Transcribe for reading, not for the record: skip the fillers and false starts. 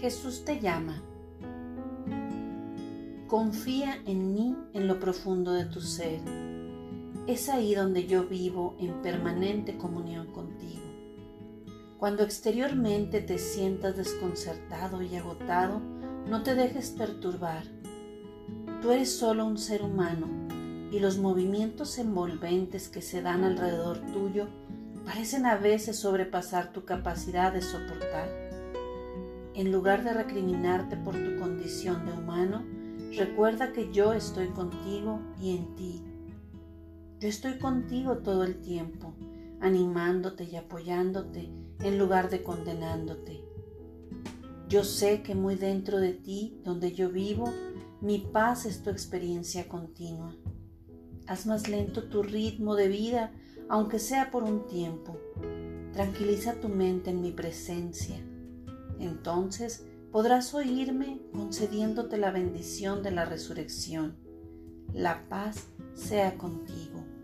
Jesús te llama. Confía en mí en lo profundo de tu ser. Es ahí donde yo vivo en permanente comunión contigo. Cuando exteriormente te sientas desconcertado y agotado, no te dejes perturbar. Tú eres solo un ser humano y los movimientos envolventes que se dan alrededor tuyo parecen a veces sobrepasar tu capacidad de soportar. En lugar de recriminarte por tu condición de humano, recuerda que yo estoy contigo y en ti. Yo estoy contigo todo el tiempo, animándote y apoyándote en lugar de condenándote. Yo sé que muy dentro de ti, donde yo vivo, mi paz es tu experiencia continua. Haz más lento tu ritmo de vida, aunque sea por un tiempo. Tranquiliza tu mente en mi presencia. Entonces podrás oírme concediéndote la bendición de la resurrección. La paz sea contigo.